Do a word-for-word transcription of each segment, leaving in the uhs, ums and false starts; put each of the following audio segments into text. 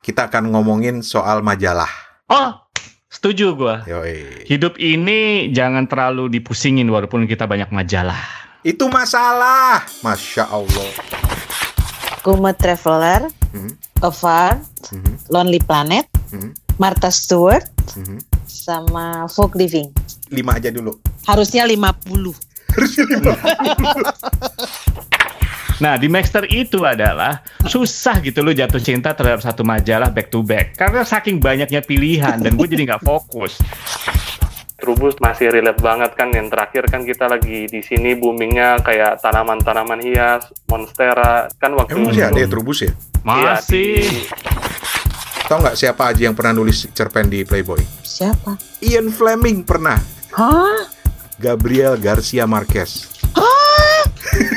kita akan ngomongin soal majalah. Oh, setuju gue. Yoi. Hidup ini jangan terlalu dipusingin walaupun kita banyak majalah. Itu masalah. Masya Allah. Kuma Traveler, hmm. Afar, hmm. Lonely Planet, hmm. Martha Stewart, hmm. sama Folk Living. Lima aja dulu. Harusnya lima puluh. Harusnya lima puluh. Nah, di Maxster itu adalah susah gitu lo jatuh cinta terhadap satu majalah back to back. Karena saking banyaknya pilihan dan gue jadi nggak fokus. Trubus masih relate banget kan. Yang terakhir kan kita lagi di sini boomingnya kayak tanaman-tanaman hias, monstera. Kan waktu Emang masih ada ya Trubus ya? Masih. Ya, Tahu nggak siapa aja yang pernah nulis cerpen di Playboy? Siapa? Ian Fleming pernah. Hah? Gabriel Garcia Marquez. Hah?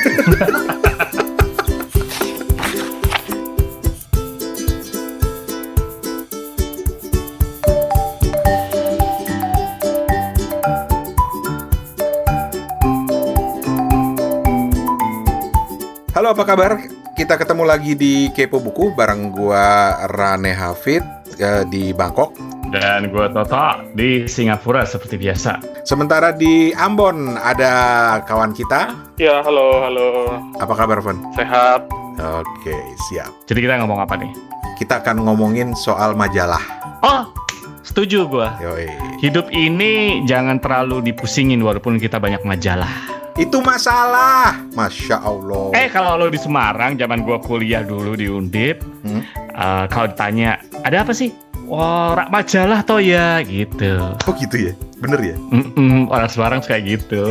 Halo, apa kabar? Kita ketemu lagi di Kepo Buku bareng gua Rane Hafid eh, di Bangkok. Dan gue Toto di Singapura seperti biasa. Sementara di Ambon ada kawan kita. Ya, halo, halo. Apa kabar, Van? Sehat. Oke, siap. Jadi kita ngomong apa nih? Kita akan ngomongin soal majalah. Oh, setuju gue. Yoi. Hidup ini jangan terlalu dipusingin walaupun kita banyak majalah. Itu masalah. Masya Allah. Eh, kalau lo di Semarang, zaman gue kuliah dulu di Undip, hmm? uh, kalau ditanya, ada apa sih? Wah, rak majalah toh ya, gitu. Oh gitu ya? Bener ya? Mm-mm, orang Semarang kayak gitu.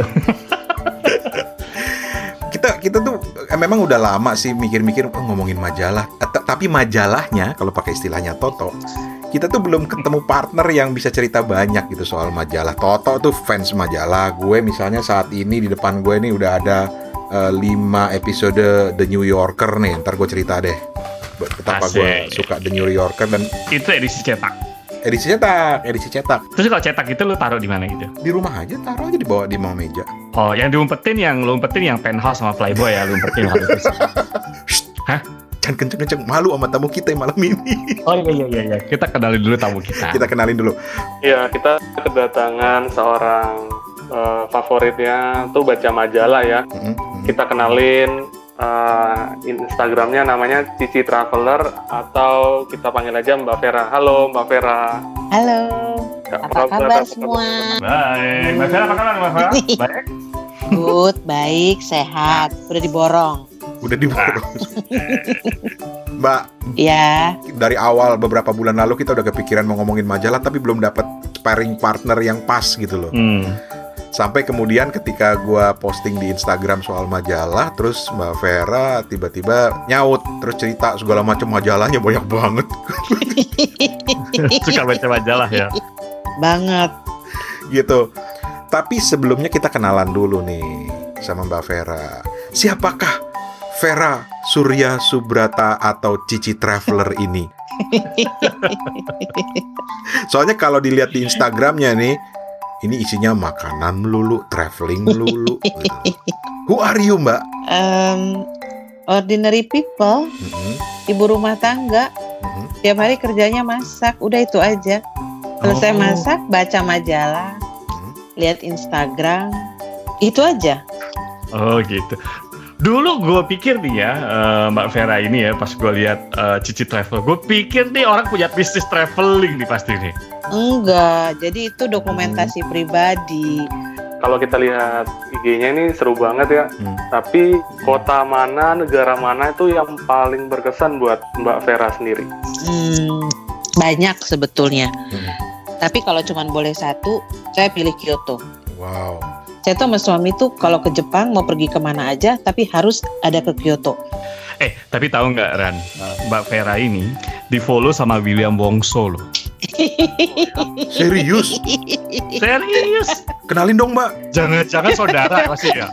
kita kita tuh eh, memang udah lama sih mikir-mikir oh, ngomongin majalah. T- tapi majalahnya, kalau pakai istilahnya Toto, kita tuh belum ketemu partner yang bisa cerita banyak gitu soal majalah. Toto tuh fans majalah. Gue misalnya saat ini di depan gue nih udah ada uh, lima episode The New Yorker nih. Ntar gue cerita deh betapa gue suka The New Yorker. Dan itu edisi cetak. Edisi cetak, edisi cetak. Terus kalau cetak itu lu taruh di mana gitu? Di rumah aja, taruh aja di bawah di bawah meja. Oh, yang diumpetin yang lu umpetin yang Penthouse sama Playboy ya, lu umpetin habis. Hah? Jangan kenceng-kenceng, malu sama tamu kita yang malam ini. Oh iya iya iya, kita kenalin dulu tamu kita. Kita kenalin dulu. Ya, kita kedatangan seorang uh, favoritnya tuh baca majalah ya. Mm-hmm. Kita kenalin uh, Instagramnya namanya Cici Traveler atau kita panggil aja Mbak Vera. Halo Mbak Vera. Halo. Apa, apa kabar, kabar semua? Baik. Mbak Vera apa kabar Mbak Vera? Baik. Good, baik, sehat. Udah diborong. Udah diborong. Mbak. Ya. Dari awal beberapa bulan lalu kita udah kepikiran mau ngomongin majalah tapi belum dapat sparring partner yang pas gitu loh. Hmm. Sampai kemudian ketika gue posting di Instagram soal majalah, terus Mbak Vera tiba-tiba nyaut, terus cerita segala macam majalahnya banyak banget. Suka baca majalah ya? Banget. Gitu. Tapi sebelumnya kita kenalan dulu nih sama Mbak Vera. Siapakah Vera Surya Subrata atau Cici Traveler ini? Soalnya kalau dilihat di Instagramnya nih, ini isinya makanan melulu, traveling melulu. Gitu. Who are you, Mbak? Um, ordinary people, mm-hmm. ibu rumah tangga. Mm-hmm. Tiap hari kerjanya masak, udah itu aja. Selesai oh. masak, baca majalah, mm-hmm. lihat Instagram, itu aja. Oh gitu. Dulu gue pikir nih ya uh, Mbak Vera ini ya, pas gue lihat uh, Cici Travel, gue pikir nih orang punya bisnis traveling nih pasti nih. Enggak, jadi itu dokumentasi hmm. pribadi. Kalau kita lihat I G-nya ini seru banget ya. Hmm. Tapi kota mana, negara mana itu yang paling berkesan buat Mbak Vera sendiri? Hmm, banyak sebetulnya. Hmm. Tapi kalau cuma boleh satu, saya pilih Kyoto. Wow. Saya tuh sama suami tuh kalau ke Jepang mau pergi kemana aja, tapi harus ada ke Kyoto. Eh, tapi tahu nggak Ran, Mbak Vera ini di follow sama William Wongso loh. Serius? Serius? Kenalin dong Mbak. Jangan-jangan saudara pasti ya.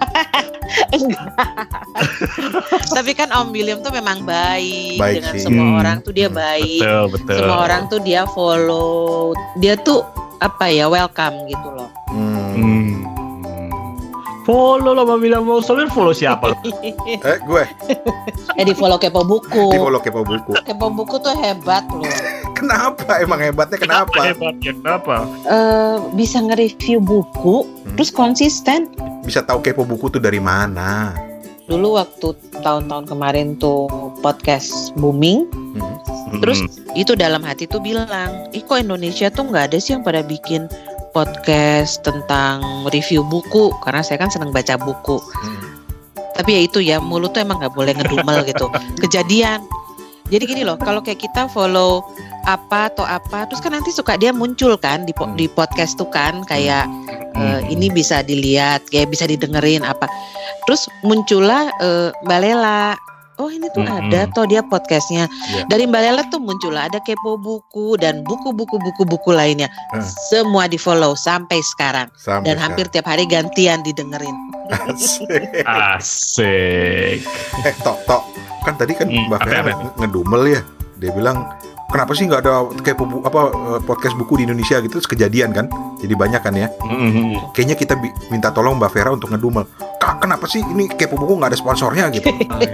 Tapi kan Om William tuh memang baik, baik dengan sih. Semua hmm. orang tuh dia baik. Betul, betul. Semua orang tuh dia follow. Dia tuh apa ya, welcome gitu loh. Hmm. Hmm. Follow lo Mbak William Wongso, follow siapa? eh gue. Eh di follow Kepo Buku. Di follow Kepo Buku. Kepo Buku tuh hebat loh. Kenapa? Emang hebatnya kenapa? Kenapa hebatnya? Kenapa? Uh, bisa nge-review buku, hmm. terus konsisten. Bisa tahu kepo buku tuh dari mana? Dulu waktu tahun-tahun kemarin tuh podcast booming, hmm. terus hmm. itu dalam hati tuh bilang, ih kok Indonesia tuh nggak ada sih yang pada bikin podcast tentang review buku, karena saya kan senang baca buku. Hmm. Tapi ya itu ya, mulut tuh emang nggak boleh ngedumel gitu. Kejadian. Jadi gini loh, kalau kayak kita follow apa atau apa, terus kan nanti suka dia muncul kan di po- di podcast tuh kan, kayak uh, ini bisa dilihat, kayak bisa didengerin apa. Terus muncullah uh, Mbak Lela. Oh ini tuh mm-hmm. ada toh dia podcastnya. Yeah. Dari Mbak Lela tuh muncullah ada kepo buku dan buku-buku buku-buku lainnya. Uh. Semua di follow sampai sekarang. Sampai dan sekarang. Hampir tiap hari gantian didengerin. Asik. Asik. Eh tok tok. Kan tadi kan hmm, Mbak Vera ngedumel ya. Dia bilang kenapa sih nggak ada kepo bu- apa podcast buku di Indonesia gitu? Terus kejadian kan. Jadi banyak kan ya. Mm-hmm. Kayaknya kita bi- minta tolong Mbak Vera untuk ngedumel. Kak, kenapa sih ini kepo buku nggak ada sponsornya gitu?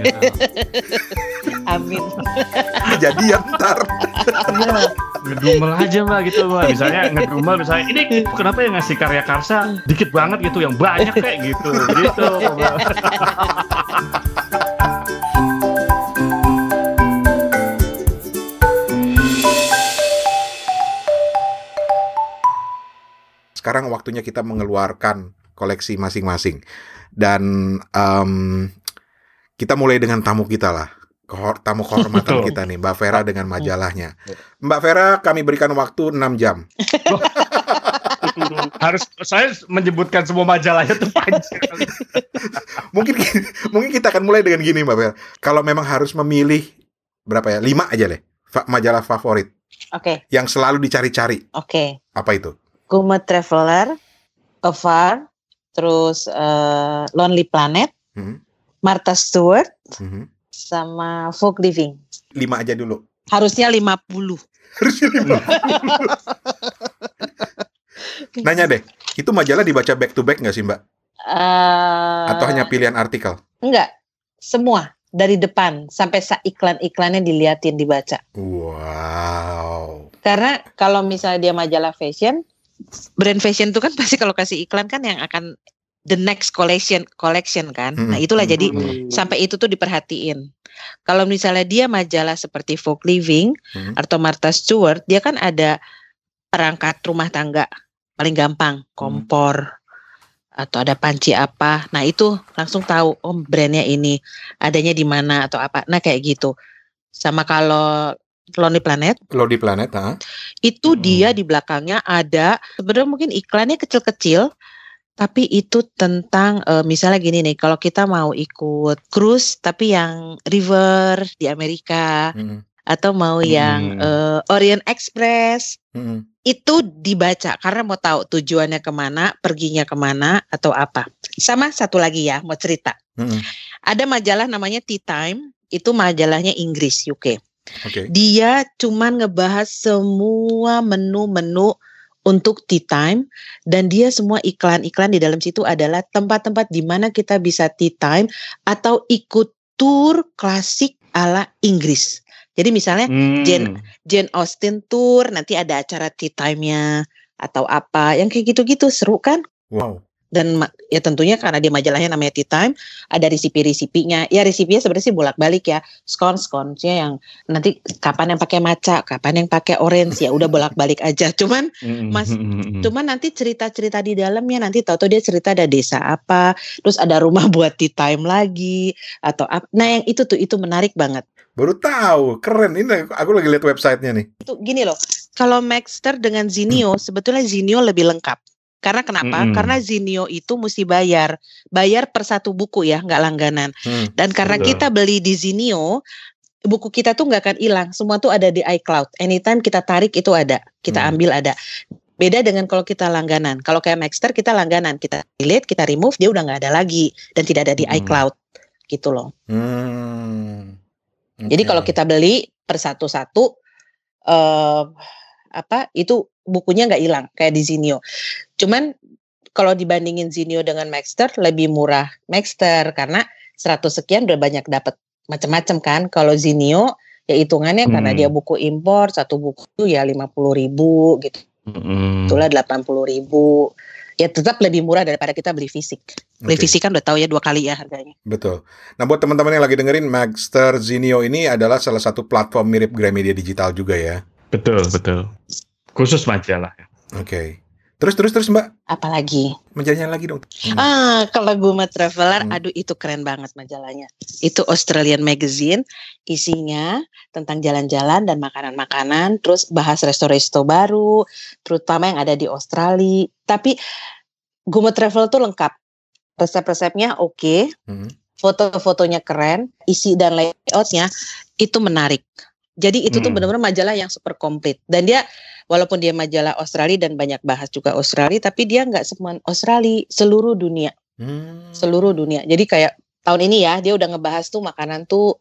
Amin. Kejadian ntar. Ngedumel aja Mbak gitu Mbak. Misalnya ngedumel misalnya ini kenapa yang ngasih karya karsa dikit banget gitu, yang banyak kayak gitu gitu. Sekarang waktunya kita mengeluarkan koleksi masing-masing. Dan um, kita mulai dengan tamu kita lah. Kehor- tamu kehormatan kita nih, Mbak Vera dengan majalahnya. Mbak Vera, kami berikan waktu enam jam. Harus saya menyebutkan semua majalahnya tuh panjang. mungkin mungkin kita akan mulai dengan gini Mbak Vera. Kalau memang harus memilih berapa ya? lima aja deh. Fa- majalah favorit. Oke. Okay. Yang selalu dicari-cari. Oke. Okay. Apa itu? Gourmet Traveler, Afar, terus uh, Lonely Planet, hmm. Martha Stewart, hmm. sama Folk Living. Lima aja dulu. Harusnya lima puluh. Harusnya lima puluh. Nanya deh, itu majalah dibaca back to back nggak sih Mbak? Uh, Atau hanya pilihan artikel? Enggak, semua. Dari depan sampai iklan-iklannya diliatin, dibaca. Wow. Karena kalau misalnya dia majalah fashion, brand fashion itu kan pasti kalau kasih iklan kan yang akan the next collection collection kan. Hmm. Nah itulah hmm. jadi hmm. sampai itu tuh diperhatiin. Kalau misalnya dia majalah seperti Folk Living hmm. atau Martha Stewart, dia kan ada perangkat rumah tangga paling gampang, kompor hmm. atau ada panci apa. Nah itu langsung tahu oh brandnya ini adanya di mana atau apa. Nah kayak gitu. Sama kalau Lonely Planet. Lonely Planet, ha? Itu hmm. dia di belakangnya ada sebenarnya mungkin iklannya kecil-kecil, tapi itu tentang uh, misalnya gini nih, kalau kita mau ikut cruise tapi yang river di Amerika, hmm. atau mau hmm. yang uh, Orient Express, hmm. itu dibaca karena mau tahu tujuannya kemana, perginya kemana atau apa. Sama satu lagi ya, mau cerita. Hmm. Ada majalah namanya Tea Time, itu majalahnya Inggris, U K. Okay. Dia cuman ngebahas semua menu-menu untuk tea time, dan dia semua iklan-iklan di dalam situ adalah tempat-tempat di mana kita bisa tea time atau ikut tour klasik ala Inggris. Jadi misalnya hmm. Jane, Jane Austen tour, nanti ada acara tea time-nya atau apa, yang kayak gitu-gitu seru kan? Wow. Dan ya tentunya karena dia majalahnya namanya Tea Time, ada resipi-resipinya. Ya resipinya sebenarnya sih bolak-balik ya. Scone-scone-nya yang nanti kapan yang pakai matcha, kapan yang pakai orange, ya udah bolak-balik aja. Cuman Mas cuman nanti cerita-cerita di dalamnya, nanti tahu-tahu dia cerita ada desa apa, terus ada rumah buat tea time lagi atau apa. Nah, yang itu tuh itu menarik banget. Baru tahu, keren. Ini aku lagi lihat websitenya nih. Itu gini loh. Kalau Maxter dengan Zinio, hmm. sebetulnya Zinio lebih lengkap. Karena kenapa? Hmm. Karena Zinio itu mesti bayar, bayar per satu buku ya, nggak langganan. Hmm. Dan karena Betul. kita beli di Zinio, buku kita tuh nggak akan hilang. Semua tuh ada di iCloud. Anytime kita tarik itu ada, kita hmm. ambil ada. Beda dengan kalau kita langganan. Kalau kayak Maxter kita langganan, kita delete, kita remove, dia udah nggak ada lagi dan tidak ada di hmm. iCloud, gitu loh. Hmm. Okay. Jadi kalau kita beli per satu-satu, uh, apa itu bukunya nggak hilang kayak di Zinio. Cuman kalau dibandingin Zinio dengan Maxter lebih murah Maxter karena seratus sekian udah banyak dapat macam-macam kan. Kalau Zinio Ya hitungannya Hmm. karena dia buku impor, satu buku ya lima puluh ribu gitu. Mm-mm. Itulah delapan puluh ribu. Ya tetap lebih murah daripada kita beli fisik. Beli Oke. fisik kan udah tahu ya dua kali ya harganya. Betul. Nah, buat teman-teman yang lagi dengerin, Magster Zinio ini adalah salah satu platform mirip Gramedia Digital juga ya. Betul, betul. Khusus majalah. Oke. Terus, terus, terus Mbak. Apalagi? Majalahnya lagi dong. Hmm. Ah, kalau Guma Traveler, Hmm. aduh itu keren banget majalahnya. Itu Australian Magazine, isinya tentang jalan-jalan dan makanan-makanan, terus bahas resto-resto baru, terutama yang ada di Australia. Tapi Guma Travel tuh lengkap. Resep-resepnya oke, Hmm. foto-fotonya keren, isi dan layoutnya itu menarik. Jadi itu tuh Hmm. benar-benar majalah yang super komplit. Dan dia walaupun dia majalah Australia dan banyak bahas juga Australia, tapi dia nggak semua Australia, seluruh dunia, Hmm. seluruh dunia. Jadi kayak tahun ini ya dia udah ngebahas tuh makanan tuh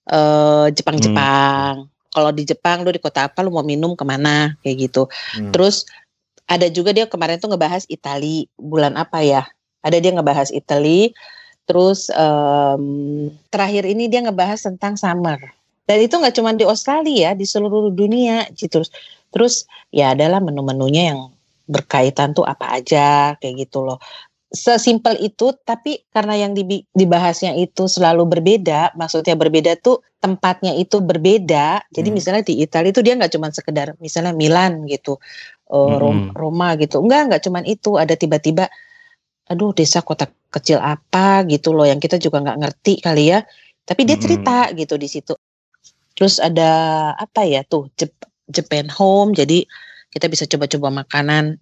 eh, Jepang-Jepang. Kalau di Jepang lu di kota apa lu mau minum kemana kayak gitu. Hmm. Terus ada juga dia kemarin tuh ngebahas Itali bulan apa ya? Ada dia ngebahas Itali. Terus em, terakhir ini dia ngebahas tentang summer. Dan itu nggak cuma di Australia ya, di seluruh dunia gitu. Terus ya adalah menu-menunya yang berkaitan tuh apa aja kayak gitu loh. Sesimpel itu, tapi karena yang dibi- dibahasnya itu selalu berbeda, maksudnya berbeda tuh tempatnya itu berbeda. Jadi Hmm. misalnya di Italia itu dia nggak cuma sekedar misalnya Milan gitu, eh, Rom- Mm-mm. Roma gitu. Enggak, nggak cuma itu. Ada tiba-tiba, aduh desa kota kecil apa gitu loh yang kita juga nggak ngerti kali ya. Tapi dia Mm-mm. cerita gitu di situ. Terus ada apa ya tuh Jep- Japan Home, jadi kita bisa coba-coba makanan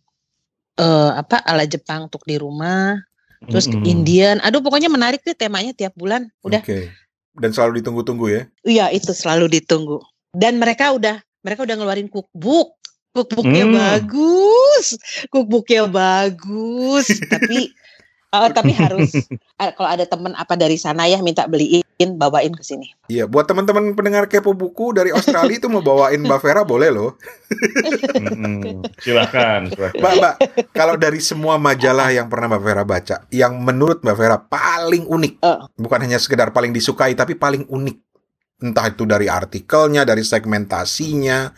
eh, apa ala Jepang untuk di rumah. Terus ke Mm-mm. Indian, aduh pokoknya menarik deh temanya tiap bulan. Udah, Oke. Dan selalu ditunggu-tunggu ya. iya itu selalu ditunggu. Dan mereka udah mereka udah ngeluarin cookbook, cookbooknya Hmm. bagus, cookbooknya bagus. Tapi oh, tapi harus ah, kalau ada temen apa dari sana ya minta beliin, bawain ke sini. Iya, buat teman-teman pendengar Kepo Buku dari Australia itu mau bawain Mbak Vera boleh loh. Mm-mm. Silakan, silakan. Mbak, Mbak, kalau dari semua majalah yang pernah Mbak Vera baca, yang menurut Mbak Vera paling unik, Eh. bukan hanya sekedar paling disukai, tapi paling unik. Entah itu dari artikelnya, dari segmentasinya,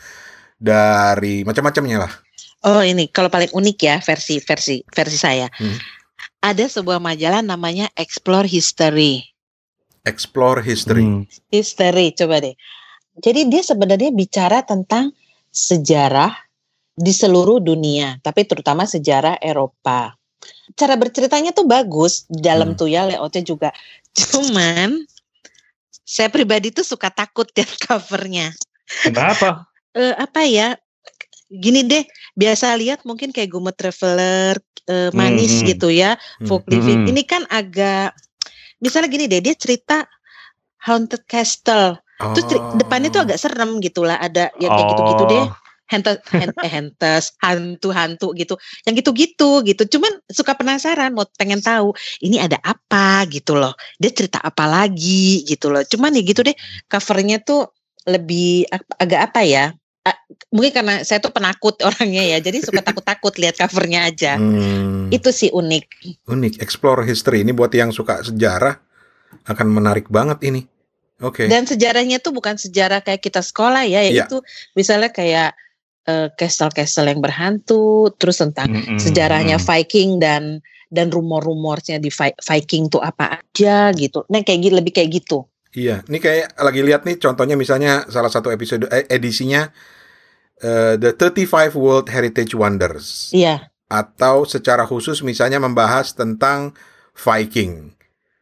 dari macam-macamnya lah. Oh ini kalau paling unik ya versi versi versi saya. Hmm. Ada sebuah majalah namanya Explore History. Explore History. Hmm. History, coba deh. Jadi dia sebenarnya bicara tentang sejarah di seluruh dunia, tapi terutama sejarah Eropa. Cara berceritanya tuh bagus, di dalam Hmm. tuh ya layoutnya juga. Cuman saya pribadi tuh suka takut lihat covernya. Kenapa? Eh, apa ya? Gini deh, biasa lihat mungkin kayak Guma Traveler, eh, manis Hmm. gitu ya, Hmm. folk living. Hmm. Ini kan agak, misalnya gini deh, dia cerita Haunted Castle. Terus ceri- depannya tuh agak serem gitu lah, ada yang kayak gitu-gitu deh. Oh. Hentes, hen- eh, hentes, hantu-hantu gitu, yang gitu-gitu gitu. Cuman suka penasaran, mau pengen tahu ini ada apa gitu loh. Dia cerita apa lagi gitu loh. Cuman ya gitu deh, covernya tuh lebih ag- agak apa ya? a- Mungkin karena saya tuh penakut orangnya ya, jadi suka takut-takut lihat covernya aja. Hmm. Itu sih unik. Unik. Explore History ini buat yang suka sejarah akan menarik banget ini. Oke. Dan sejarahnya tuh bukan sejarah kayak kita sekolah ya, Iya. yaitu misalnya kayak eh, castle-castle yang berhantu, terus tentang Mm-mm. sejarahnya Viking dan dan rumor-rumornya di Vi- Viking tuh apa aja gitu. Nah kayak gitu, lebih kayak gitu. Iya, ini kayak lagi lihat nih contohnya misalnya salah satu episode eh, edisinya eh, The thirty-five World Heritage Wonders. Iya. Atau secara khusus misalnya membahas tentang Viking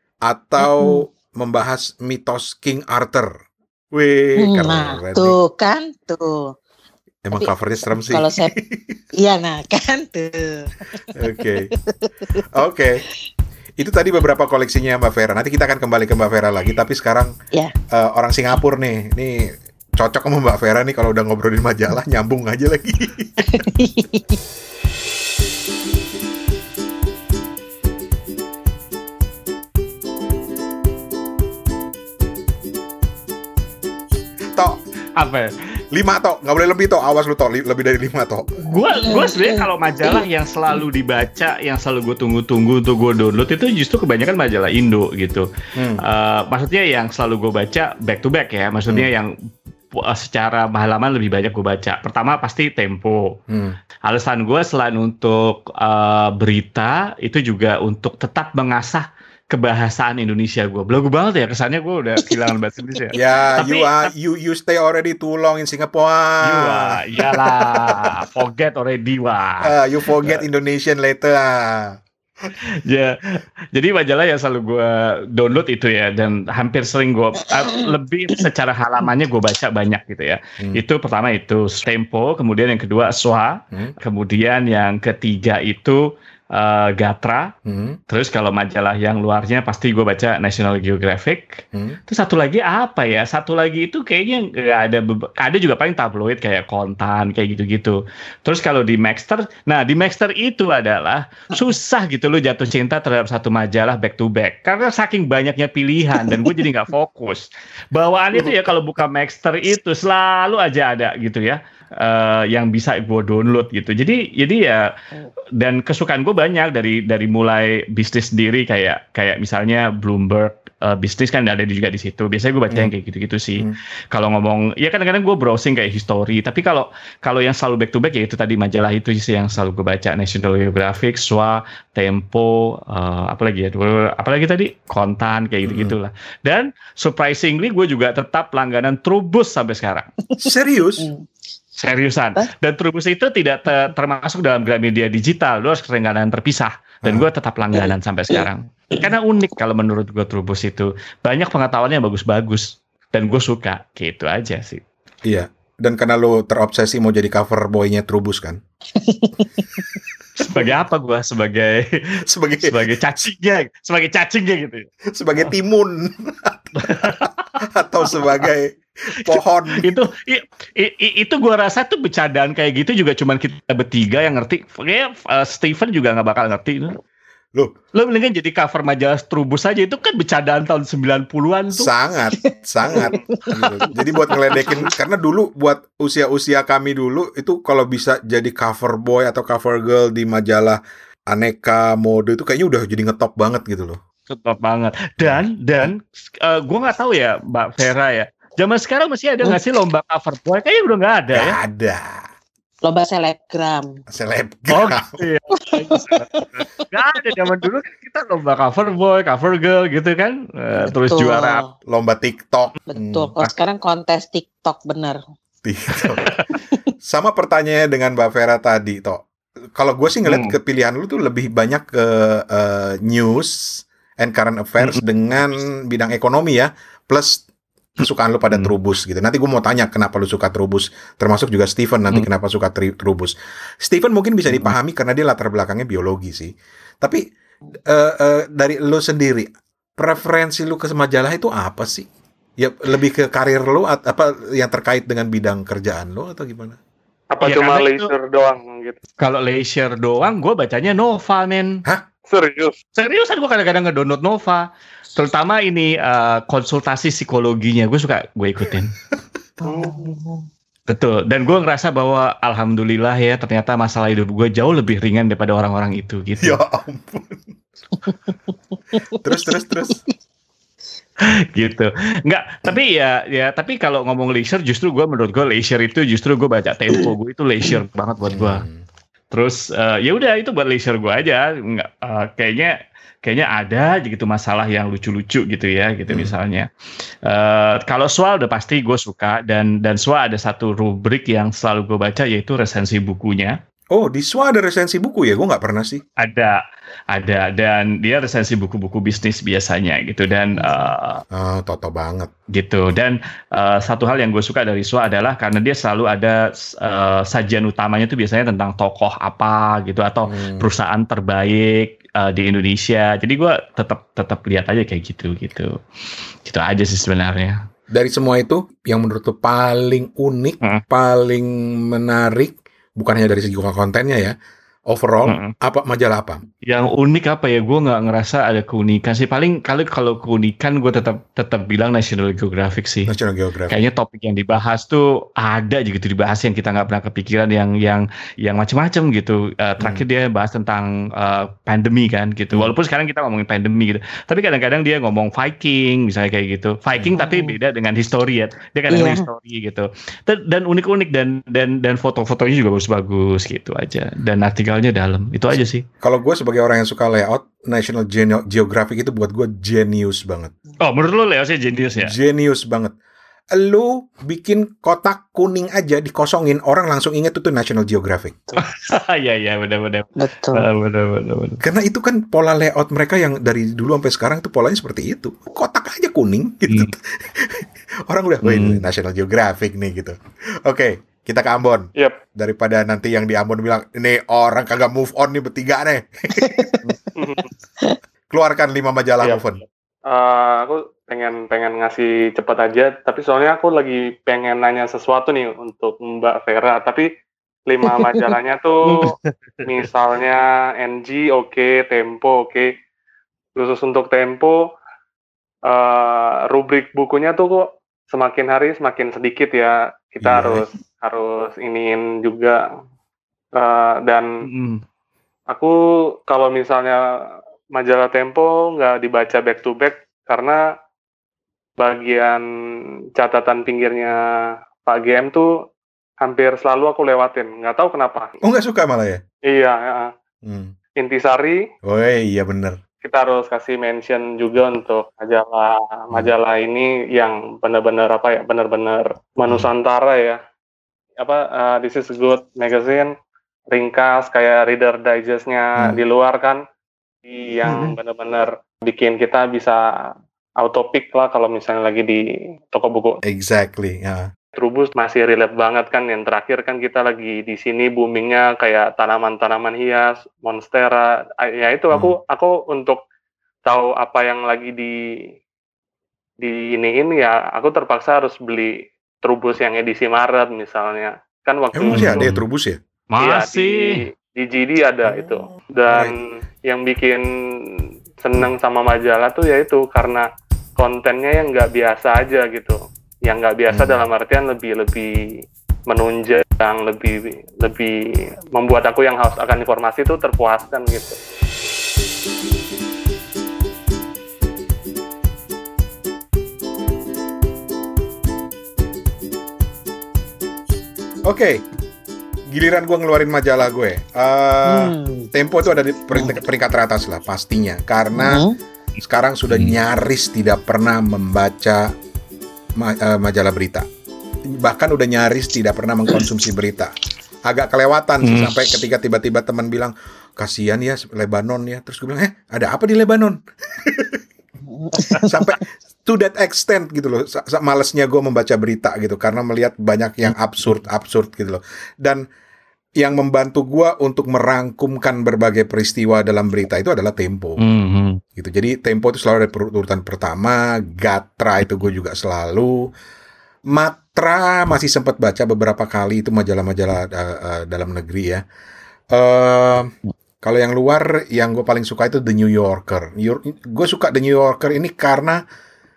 atau membahas mitos King Arthur. Wih, Hmm, keren nah, nih. tuh kan tuh. Emang Tapi covernya serem sih. Kalau saya, iya nah kan tuh. Oke. Oke. Itu tadi beberapa koleksinya Mbak Vera. Nanti kita akan kembali ke Mbak Vera lagi. Tapi sekarang Ya. eh, orang Singapura nih. Nih cocok sama Mbak Vera nih kalau udah ngobrolin majalah. Nyambung aja lagi. Tok, Apa? lima tok. Nggak boleh lebih tok. Awas lu tok. Li- Lebih dari lima tok. Gua, gua sebenarnya kalau majalah yang selalu dibaca, yang selalu gue tunggu-tunggu untuk gue download itu justru kebanyakan majalah Indo gitu. Hmm. Eh, maksudnya yang selalu gue baca back to back ya. Maksudnya Hmm. yang secara halaman lebih banyak gue baca. Pertama pasti Tempo. Hmm. Alasan gue selain untuk uh, berita, itu juga untuk tetap mengasah kebahasaan Indonesia gue. Belagu banget ya kesannya gue udah kehilangan bahasa Indonesia. Ya, yeah, tapi, you are you you stay already too long in Singapore. You are, iyalah, forget already wah. Uh, you forget uh, Indonesian later. Ya, jadi majalah yang selalu gue download itu ya, dan hampir sering gue uh, lebih secara halamannya gue baca banyak gitu ya. Hmm. Itu pertama itu Tempo, kemudian yang kedua S W A, hmm. kemudian yang ketiga itu Uh, Gatra, hmm. terus kalau majalah yang luarnya pasti gue baca National Geographic. Hmm. Terus satu lagi apa ya? Satu lagi itu kayaknya nggak ada, ada juga paling tabloid kayak Kontan kayak gitu-gitu. Terus kalau di Maxter, nah di Maxter itu adalah susah gitu lo jatuh cinta terhadap satu majalah back to back karena saking banyaknya pilihan dan gue jadi nggak fokus. Bawaannya itu ya kalau buka Maxter itu selalu aja ada gitu ya. Uh, yang bisa gue download gitu. Jadi jadi ya, dan kesukaan gue banyak dari dari mulai bisnis sendiri kayak kayak misalnya Bloomberg uh, bisnis kan ada juga di situ. Biasanya gue baca hmm. yang kayak gitu-gitu sih. Hmm. Kalau ngomong ya kadang-kadang gue browsing kayak history. Tapi kalau kalau yang selalu back to back ya itu tadi majalah itu sih yang selalu gue baca, National Geographic, S W A, Tempo, uh, apalagi ya, apalagi tadi Kontan kayak gitu-gitulah. Hmm. Dan surprisingly gue juga tetap langganan Trubus sampai sekarang. Serius? Seriusan. Dan Trubus itu tidak ter- termasuk dalam Gramedia Digital. Lu harus langganan terpisah. Dan gue tetap langganan sampai sekarang. Karena unik kalau menurut gue Trubus itu. Banyak pengetahuannya bagus-bagus. Dan gue suka. Gitu aja sih. Iya. Dan karena lu terobsesi mau jadi cover boy-nya Trubus kan? Sebagai apa gue? Sebagai sebagai sebagai cacingnya, sebagai cacingnya gitu. Sebagai timun atau sebagai pohon. itu i, i, itu gue rasa tuh bercandaan kayak gitu juga cuman kita bertiga yang ngerti. Kayak uh, Steven juga nggak bakal ngerti. Loh, lo mendingan jadi cover majalah Trubus aja, itu kan bercandaan tahun sembilan puluhan tuh. Sangat, sangat. Gitu. Jadi buat ngeledekin, karena dulu buat usia-usia kami dulu itu kalau bisa jadi cover boy atau cover girl di majalah aneka mode itu kayaknya udah jadi ngetop banget gitu loh. Ngetop banget. Dan dan uh, gue nggak tahu ya Mbak Vera ya. Zaman sekarang masih ada nggak sih lomba cover boy? Kayaknya udah nggak ada gak ya. Ada. Lomba selebgram. Selebgram. Oh gitu ya. Gak ada, zaman dulu kita lomba cover boy, cover girl gitu kan. Uh, terus juara. Lomba TikTok. Betul. Kalau hmm. sekarang kontes TikTok bener. TikTok. Sama pertanyaannya dengan Mbak Vera tadi, Tok. Kalau gue sih ngeliat hmm. kepilihan lu tuh lebih banyak ke uh, news and current affairs hmm. dengan bidang ekonomi ya. Plus kesukaan lu pada hmm. Trubus gitu. Nanti gue mau tanya kenapa lu suka Trubus. Termasuk juga Steven nanti hmm. kenapa suka tri- Trubus. Steven mungkin bisa dipahami hmm. karena dia latar belakangnya biologi sih. Tapi uh, uh, dari lu sendiri, preferensi lu ke majalah itu apa sih? Ya lebih ke karir lu atau apa yang terkait dengan bidang kerjaan lu atau gimana? Apa ya, cuma leisure itu, doang gitu? Kalau leisure doang, gue bacanya Nova, men. Hah? Serius? Seriusan gue kadang-kadang ngedownload Nova. Terutama ini uh, konsultasi psikologinya, gue suka gue ikutin. Oh. Betul. Dan gue ngerasa bahwa alhamdulillah ya, ternyata masalah hidup gue jauh lebih ringan daripada orang-orang itu gitu. Ya ampun. terus terus terus. Gitu. Enggak, tapi ya ya tapi kalau ngomong leisure, justru gue menurut gue leisure itu justru gue baca Tempo, gue itu leisure banget buat gue. Terus uh, ya udah itu buat leisure gue aja. Enggak, uh, kayaknya kayaknya ada gitu masalah yang lucu-lucu gitu ya gitu hmm. misalnya. Uh, kalau S W A udah pasti gue suka, dan dan S W A ada satu rubrik yang selalu gue baca yaitu resensi bukunya. Oh, di S W A ada resensi buku ya? Gue nggak pernah sih. Ada, ada, dan dia resensi buku-buku bisnis biasanya gitu, dan uh, oh, toto banget. Gitu, dan uh, satu hal yang gue suka dari S W A adalah karena dia selalu ada uh, sajian utamanya itu biasanya tentang tokoh apa gitu atau hmm. perusahaan terbaik uh, di Indonesia. Jadi gue tetap tetap lihat aja kayak gitu gitu, gitu aja sih sebenarnya. Dari semua itu, yang menurut lu paling unik, hmm. paling menarik. Bukan hanya dari segi kontennya ya, Overall, Mm-mm. apa majalah apa? Yang unik apa ya? Gue nggak ngerasa ada keunikan sih. Paling kalau kalau keunikan gue tetap tetap bilang National Geographic sih. National Geographic. Kayaknya topik yang dibahas tuh ada aja gitu dibahas yang kita nggak pernah kepikiran yang yang yang macam-macam gitu. Uh, terakhir hmm. dia bahas tentang uh, pandemi kan gitu. Hmm. Walaupun sekarang kita ngomongin pandemi gitu. Tapi kadang-kadang dia ngomong Viking misalnya kayak gitu. Viking hmm. tapi beda dengan history ya. Dia kadang-kadang yeah. history gitu. Dan, dan unik-unik dan dan dan foto-fotonya juga bagus-bagus gitu aja. Dan artikelnya dalam. Itu aja sih. Kalau gue sebagai orang yang suka layout, National Geo- Geographic itu buat gue genius banget. Oh, menurut lo layoutnya genius ya? Genius banget. Lu bikin kotak kuning aja dikosongin, orang langsung inget itu tuh National Geographic. Iya, iya, benar-benar. Betul. Benar-benar. Karena itu kan pola layout mereka yang dari dulu sampai sekarang tuh polanya seperti itu. Kotak aja kuning gitu. Hmm. Orang udah, wah hmm. National Geographic nih gitu. Oke. Okay. Kita ke Ambon. Yep. Daripada nanti yang di Ambon bilang, ini orang kagak move on nih bertiga nih. Keluarkan lima majalah yep. move on. Uh, aku pengen pengen ngasih cepat aja, tapi soalnya aku lagi pengen nanya sesuatu nih untuk Mbak Vera. Tapi lima majalahnya tuh misalnya N G oke, okay, Tempo oke. Okay. Khusus untuk Tempo, uh, rubrik bukunya tuh kok semakin hari semakin sedikit ya. Kita yeah. harus harus iniin juga uh, dan mm. aku kalau misalnya majalah Tempo nggak dibaca back to back karena bagian catatan pinggirnya Pak G M tuh hampir selalu aku lewatin, nggak tahu kenapa. Oh, nggak suka malah ya? Iya ya. hmm. Intisari oh iya bener, kita harus kasih mention juga untuk majalah majalah hmm. ini yang benar-benar apa ya, benar-benar manusantara ya. Apa uh, This is Good magazine, ringkas kayak Reader Digest-nya hmm. di luar kan, yang hmm. benar-benar bikin kita bisa auto pick lah kalau misalnya lagi di toko buku. Exactly, ya. Yeah. Trubus masih relate banget kan, yang terakhir kan kita lagi di sini boomingnya kayak tanaman-tanaman hias, monstera. Ya itu aku hmm. aku untuk tahu apa yang lagi di di iniin ya, aku terpaksa harus beli Trubus yang edisi Maret misalnya. Kan waktu Emang masih ada ya Trubus ya? Masih. Ya, di, di G D ada oh. itu. Dan right. yang bikin seneng sama majalah tuh ya itu karena kontennya yang nggak biasa aja gitu. Yang nggak biasa hmm. dalam artian lebih lebih menunjang, lebih lebih membuat aku yang haus akan informasi itu terpuaskan gitu. Oke, okay. Giliran gue ngeluarin majalah gue. Uh, hmm. Tempo itu ada di peringkat, peringkat teratas lah pastinya, karena hmm. sekarang sudah nyaris tidak pernah membaca ma- uh, majalah berita. Bahkan udah nyaris tidak pernah mengkonsumsi berita. Agak kelewatan hmm. sih sampai ketika tiba-tiba teman bilang, kasihan ya Lebanon ya. Terus gue bilang, eh ada apa di Lebanon? Sampai to that extent gitu loh, malesnya gue membaca berita gitu karena melihat banyak yang absurd absurd gitu loh. Dan yang membantu gue untuk merangkumkan berbagai peristiwa dalam berita itu adalah Tempo. Mm-hmm. Gitu. Jadi Tempo itu selalu ada urutan pertama, Gatra itu gue juga selalu, Matra masih sempat baca beberapa kali, itu majalah-majalah uh, uh, dalam negeri ya. Uh, Kalau yang luar, yang gue paling suka itu The New Yorker. Gue suka The New Yorker ini karena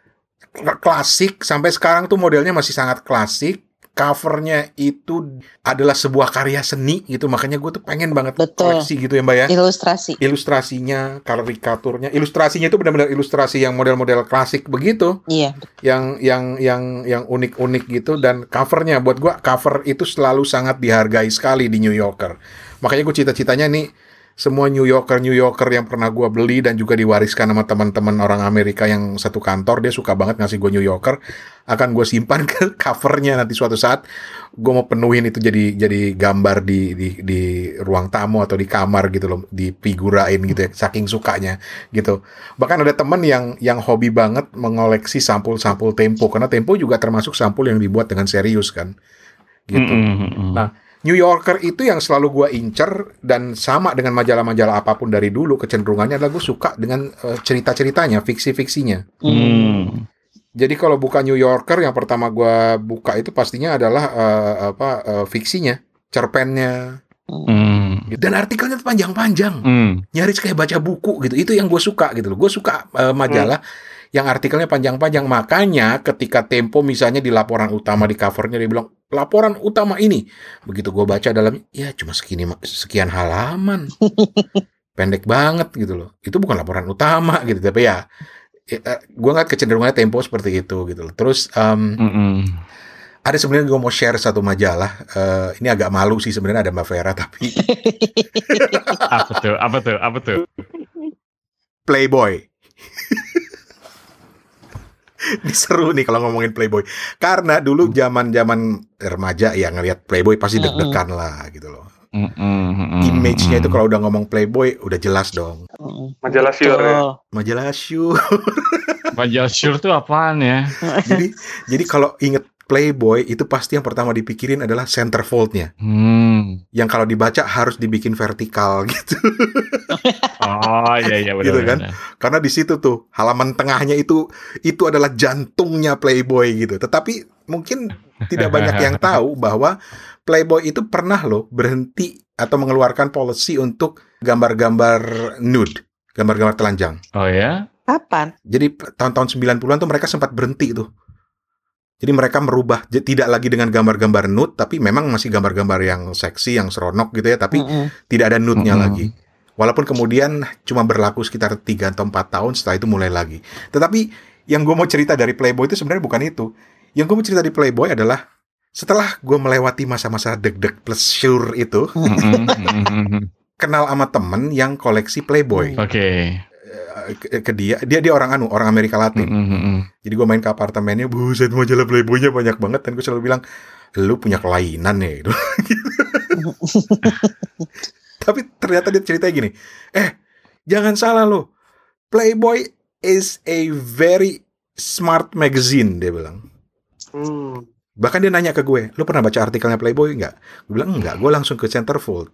klasik, sampai sekarang tuh modelnya masih sangat klasik. Covernya itu adalah sebuah karya seni gitu, makanya gue tuh pengen banget Betul. koleksi gitu ya Mbak ya. Ilustrasi. Ilustrasinya, karikaturnya, ilustrasinya itu benar-benar ilustrasi yang model-model klasik begitu. Iya. Yang yang yang yang unik-unik gitu, dan covernya buat gue cover itu selalu sangat dihargai sekali di New Yorker. Makanya gue cita-citanya nih semua New Yorker New Yorker yang pernah gue beli dan juga diwariskan sama teman-teman orang Amerika yang satu kantor, dia suka banget ngasih gue New Yorker, akan gue simpan ke covernya nanti suatu saat gue mau penuhin itu jadi jadi gambar di di di ruang tamu atau di kamar gitu loh, difigurain gitu ya, saking sukanya gitu. Bahkan ada teman yang yang hobi banget mengoleksi sampul-sampul Tempo, karena Tempo juga termasuk sampul yang dibuat dengan serius kan gitu. Mm-hmm. Nah, New Yorker itu yang selalu gue incer, dan sama dengan majalah-majalah apapun dari dulu, kecenderungannya adalah gue suka dengan uh, cerita-ceritanya, fiksi-fiksinya. Hmm. Jadi kalau buka New Yorker, yang pertama gue buka itu pastinya adalah uh, apa uh, fiksinya, cerpennya, Hmm. Dan artikelnya tuh panjang-panjang, Hmm. nyaris kayak baca buku gitu. Itu yang gue suka gitu loh. Gue suka uh, majalah hmm. yang artikelnya panjang-panjang. Makanya ketika Tempo misalnya di laporan utama di covernya dia bilang laporan utama ini, begitu gue baca dalam, ya cuma segini sekian halaman, pendek banget gitu loh. Itu bukan laporan utama gitu, tapi ya, ya gue ngeliat kecenderungannya Tempo seperti itu gitu loh. Terus um, ada sebenarnya gue mau share satu majalah. Uh, ini agak malu sih sebenarnya ada Mbak Vera tapi apa tuh? Apa tuh? Apa tuh? Playboy. Ini seru nih kalau ngomongin Playboy. Karena dulu zaman-zaman remaja ya ngelihat Playboy pasti deg-degan lah gitu loh. Image-nya itu kalau udah ngomong Playboy udah jelas dong. Majalah Sure ya. Majalah Sure. Majalah Sure tuh apaan ya? jadi jadi kalau inget Playboy itu pasti yang pertama dipikirin adalah centerfold-nya. Hmm. Yang kalau dibaca harus dibikin vertikal gitu. Oh iya iya benar. Gitu kan? Karena di situ tuh halaman tengahnya itu itu adalah jantungnya Playboy gitu. Tetapi mungkin tidak banyak yang tahu bahwa Playboy itu pernah loh berhenti atau mengeluarkan policy untuk gambar-gambar nude, gambar-gambar telanjang. Oh ya? Kapan? Jadi tahun-tahun sembilan puluhan tuh mereka sempat berhenti tuh. Jadi mereka merubah tidak lagi dengan gambar-gambar nude, tapi memang masih gambar-gambar yang seksi, yang seronok gitu ya, tapi mm-hmm. tidak ada nude-nya mm-hmm. lagi. Walaupun kemudian cuma berlaku sekitar tiga atau empat tahun, setelah itu mulai lagi. Tetapi yang gue mau cerita dari Playboy itu sebenarnya bukan itu. Yang gue mau cerita di Playboy adalah setelah gue melewati masa-masa deg-deg plus sure itu, mm-hmm. kenal sama temen yang koleksi Playboy. Oke. Okay. Ke, ke dia, dia dia orang anu, orang Amerika Latin. Mm-hmm. Jadi gue main ke apartemennya, buset majalah Playboy-nya banyak banget, dan gue selalu bilang, lu punya kelainan ya gitu. Tapi ternyata dia cerita gini, eh jangan salah lo, Playboy is a very smart magazine, dia bilang. Hmm. Bahkan dia nanya ke gue, lu pernah baca artikelnya Playboy nggak? Gue bilang enggak, gue langsung ke centerfold.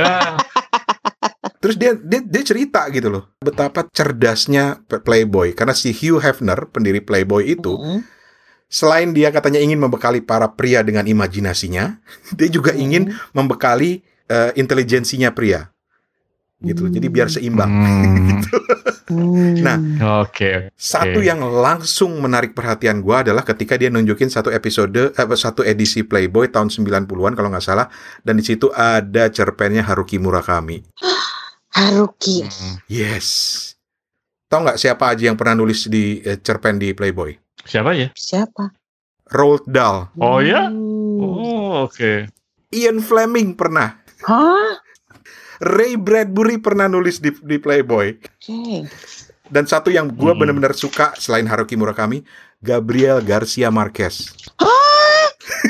Terus dia, dia dia cerita gitu loh, betapa cerdasnya Playboy. Karena si Hugh Hefner, pendiri Playboy itu, mm-hmm. selain dia katanya ingin membekali para pria dengan imajinasinya, dia juga mm-hmm. ingin membekali uh, intelijensinya pria. Gitu. Mm-hmm. Jadi biar seimbang. Mm-hmm. gitu. Nah, okay, okay. satu yang langsung menarik perhatian gue adalah ketika dia nunjukin satu episode, eh, satu edisi Playboy tahun sembilan puluhan kalau nggak salah, dan di situ ada cerpennya Haruki Murakami. Haruki. Yes. Tahu nggak siapa aja yang pernah nulis di eh, cerpen di Playboy? Siapa ya? Siapa? Roald Dahl. Oh ya? Oh oke. Okay. Ian Fleming pernah. Hah? Ray Bradbury pernah nulis di, di Playboy. Oke. Okay. Dan satu yang gue hmm. benar-benar suka selain Haruki Murakami, Gabriel Garcia Marquez. Hah?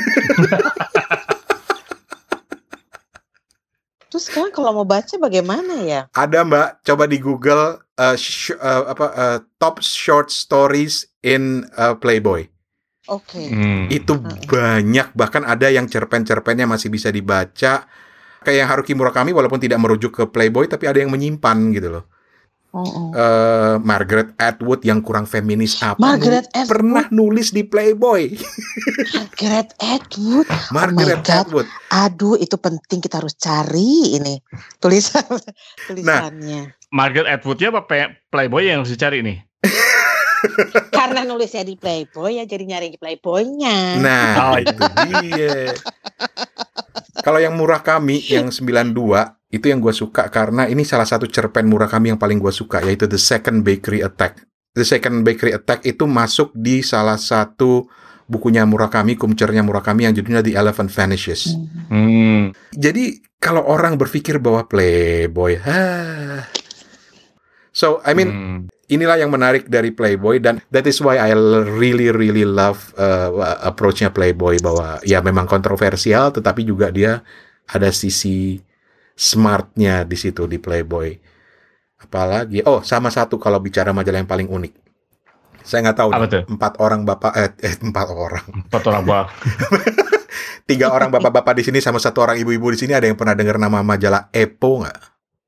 Terus sekarang kalau mau baca bagaimana ya? Ada Mbak, coba di Google uh, sh- uh, apa uh, top short stories in uh, Playboy. Oke. Okay. Hmm. Itu hmm. banyak, bahkan ada yang cerpen-cerpennya masih bisa dibaca. Kayak yang Haruki Murakami walaupun tidak merujuk ke Playboy, tapi ada yang menyimpan gitu loh. Oh, oh. Uh, Margaret Atwood yang kurang feminis apa? Margaret Atwood pernah nulis di Playboy. Margaret Atwood. Margaret oh Atwood. Aduh, itu penting, kita harus cari ini tulisan tulisannya. Nah, Margaret Atwoodnya apa Playboy yang harus dicari nih? Karena nulisnya di Playboy ya, jadi nyari di Playboy-nya. Nah, oh, itu dia. Kalau yang Murakami yang sembilan puluh dua itu yang gue suka karena ini salah satu cerpen Murakami yang paling gue suka, yaitu The Second Bakery Attack. The Second Bakery Attack itu masuk di salah satu bukunya Murakami, kumcernya Murakami yang judulnya The Elephant Vanishes. Hmm. Jadi kalau orang berpikir bahwa Playboy, ha. So I mean, hmm. inilah yang menarik dari Playboy, dan that is why I really really love uh, approach-nya Playboy, bahwa ya memang kontroversial tetapi juga dia ada sisi smartnya di situ di Playboy. Apalagi, oh sama satu kalau bicara majalah yang paling unik, saya nggak tahu nih, empat orang bapak eh, eh empat orang empat orang bapak tiga orang bapak-bapak di sini sama satu orang ibu-ibu di sini, ada yang pernah dengar nama majalah Epo nggak?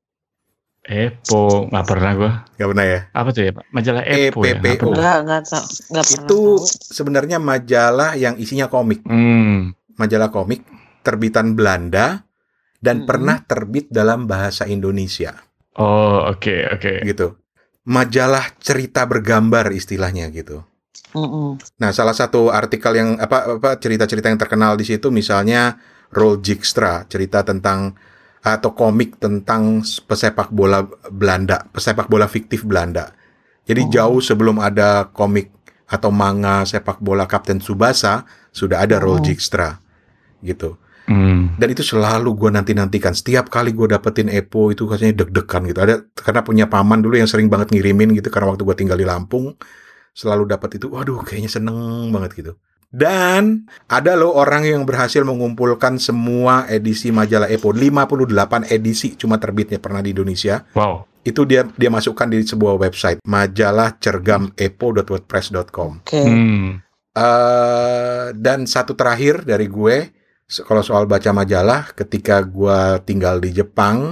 Epo nggak pernah gue. Nggak pernah ya? Apa tuh ya Pak? Majalah Epo E P P O. ya? Nggak nggak nggak pernah. Itu sebenarnya majalah yang isinya komik. Hmm. Majalah komik terbitan Belanda dan Mm-mm. pernah terbit dalam bahasa Indonesia. Oh, oke, okay, oke. Okay. Gitu. Majalah cerita bergambar istilahnya gitu. Mm-mm. Nah, salah satu artikel yang apa apa cerita-cerita yang terkenal di situ misalnya Roel Dijkstra, cerita tentang atau komik tentang pesepak bola Belanda, pesepak bola fiktif Belanda. Jadi Oh. jauh sebelum ada komik atau manga sepak bola Kapten Tsubasa, sudah ada Roel Oh. Dijkstra gitu. Hmm. Dan itu selalu gue nanti-nantikan. Setiap kali gue dapetin Epo itu rasanya deg-degan gitu. Ada karena punya paman dulu yang sering banget ngirimin gitu, karena waktu gue tinggal di Lampung selalu dapat itu. Waduh, kayaknya seneng banget gitu. Dan ada loh orang yang berhasil mengumpulkan semua edisi majalah Epo, lima puluh delapan edisi cuma terbitnya pernah di Indonesia. Wow. Itu dia dia masukkan di sebuah website, majalah cergam epo dot wordpress dot com. Oke. Hmm. Uh, dan satu terakhir dari gue, kalau soal baca majalah, ketika gue tinggal di Jepang,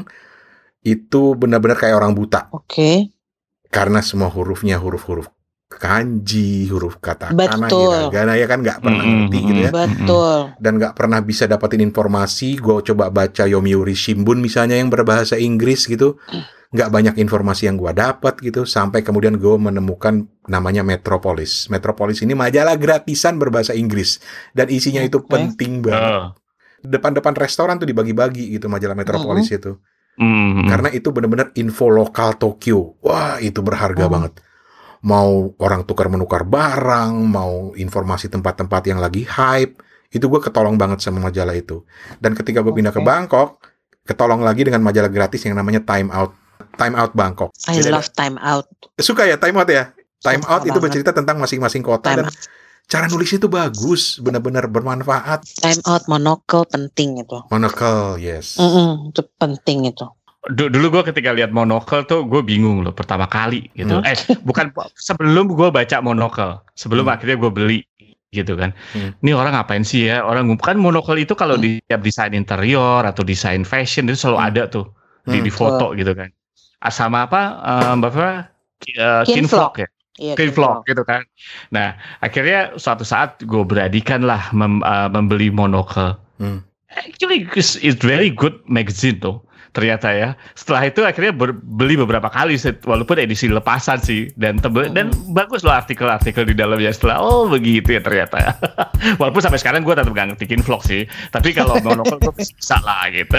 itu benar-benar kayak orang buta. Oke. Karena semua hurufnya huruf-huruf kanji, huruf katakana, Betul. hiragana, ya kan nggak pernah Mm-mm, ngerti gitu ya. Betul. Dan nggak pernah bisa dapetin informasi. Gue coba baca Yomiuri Shimbun misalnya yang berbahasa Inggris gitu, nggak banyak informasi yang gue dapat gitu. Sampai kemudian gue menemukan namanya Metropolis. Metropolis ini majalah gratisan berbahasa Inggris dan isinya itu Oke. penting banget. Oh. Depan-depan restoran tuh dibagi-bagi gitu majalah Metropolis itu. Hmm. Karena itu benar-benar info lokal Tokyo. Wah, itu berharga Oh. banget. Mau orang tukar-menukar barang, mau informasi tempat-tempat yang lagi hype, itu gue ketolong banget sama majalah itu. Dan ketika gue pindah ke Oke. Bangkok, ketolong lagi dengan majalah gratis yang namanya Time Out. Time Out Bangkok. I Jadi love Time Out. ada- suka ya Time Out ya? Time Suka Out itu banget. bercerita tentang masing-masing kota Time dan cara nulisnya itu bagus, benar-benar bermanfaat. Time Out, monocle penting itu. Monocle, yes. Mm-mm, itu penting itu. Du- Dulu gue ketika lihat Monocle tuh gue bingung loh pertama kali gitu. Hmm. Eh bukan sebelum gue baca Monocle, sebelum Hmm. akhirnya gue beli gitu kan. Hmm. Ini orang ngapain sih ya? Orang kan Monocle itu kalau Hmm. di tiap desain interior atau desain fashion itu selalu Hmm. ada tuh di, Hmm. di foto gitu kan. Ah, sama apa? Um, Bapak uh, Kinvlog. Kinvlog ya. Iya, Kinvlog gitu kan. Nah akhirnya suatu saat gue beranikan lah mem, uh, membeli Monocle. Hmm. Actually it's, it's very good magazine tuh. Ternyata ya. Setelah itu akhirnya ber- beli beberapa kali walaupun edisi lepasan sih dan tebel Hmm. dan bagus loh artikel-artikel di dalamnya setelah oh begitu ya ternyata. Walaupun sampai sekarang gue tetap gak ngerti vlog sih. Tapi kalau Monocle gue bisa lah gitu.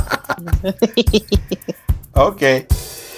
Oke.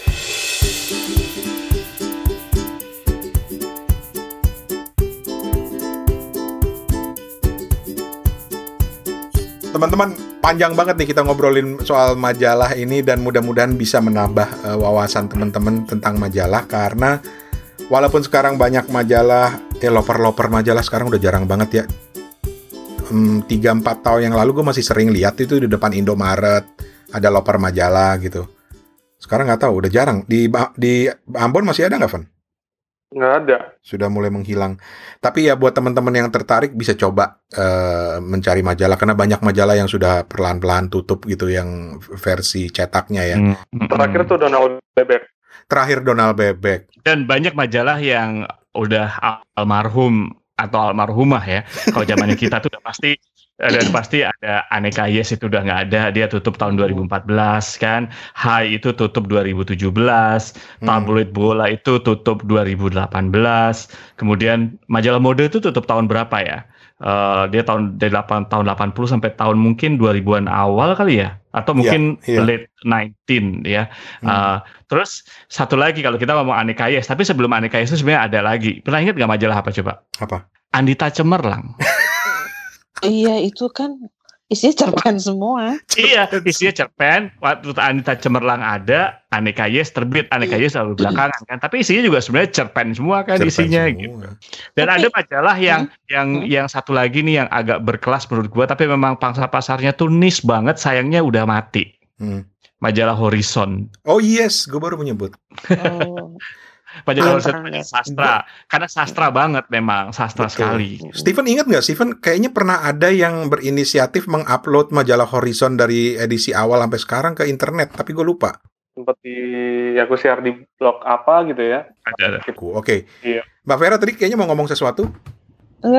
Teman-teman, panjang banget nih kita ngobrolin soal majalah ini dan mudah-mudahan bisa menambah uh, wawasan teman-teman tentang majalah, karena walaupun sekarang banyak majalah, ya loper-loper majalah sekarang udah jarang banget ya. Hmm, tiga empat tahun yang lalu gue masih sering lihat itu di depan Indomaret ada loper majalah gitu. Sekarang nggak tahu, udah jarang. Di di Ambon masih ada nggak, Van? Nggak ada. Sudah mulai menghilang. Tapi ya buat teman-teman yang tertarik bisa coba uh, mencari majalah, karena banyak majalah yang sudah perlahan-lahan tutup gitu, yang versi cetaknya ya. Hmm. Terakhir tuh Donald Bebek. Terakhir Donald Bebek. Dan banyak majalah yang udah almarhum atau almarhumah ya. Kalau zamannya kita tuh udah pasti dan pasti ada Aneka Yes itu udah nggak ada, dia tutup tahun dua ribu empat belas kan. Hai itu tutup dua ribu tujuh belas, Tabloid Bola itu tutup dua ribu delapan belas. Kemudian majalah mode itu tutup tahun berapa ya? Uh, dia tahun dari delapan tahun delapan puluh sampai tahun mungkin dua ribuan awal kali ya, atau mungkin yeah, yeah. late nineteen ya. Hmm. Uh, terus satu lagi kalau kita ngomong Aneka Yes, tapi sebelum Aneka Yes itu sebenarnya ada lagi. Pernah ingat nggak majalah apa coba? Apa? Andita Cemerlang. Iya, itu kan isinya cerpen semua. Iya, isinya cerpen. Waktu Andita Cemerlang ada, Aneka Yes terbit, Aneka Yes selalu belakangan kan. Tapi isinya juga sebenarnya cerpen semua kan, Cerpen isinya semua. gitu. Dan Tapi- ada majalah yang Hmm. yang Hmm. yang satu lagi nih yang agak berkelas menurut gua, tapi memang pangsa pasarnya tuh niche banget, sayangnya udah mati. Hmm. Majalah Horizon. Oh yes, gue baru menyebut. Oh. Majalah Belum Horizon pernah lihat. sastra. Karena sastra banget memang, sastra Betul. sekali. Steven ingat nggak? Steven kayaknya pernah ada yang berinisiatif mengupload majalah Horizon dari edisi awal sampai sekarang ke internet, tapi gue lupa. Sempat di aku share di blog apa gitu ya. Ada, ada. Oke. Iya. Mbak Vera tadi kayaknya mau ngomong sesuatu. Enggak,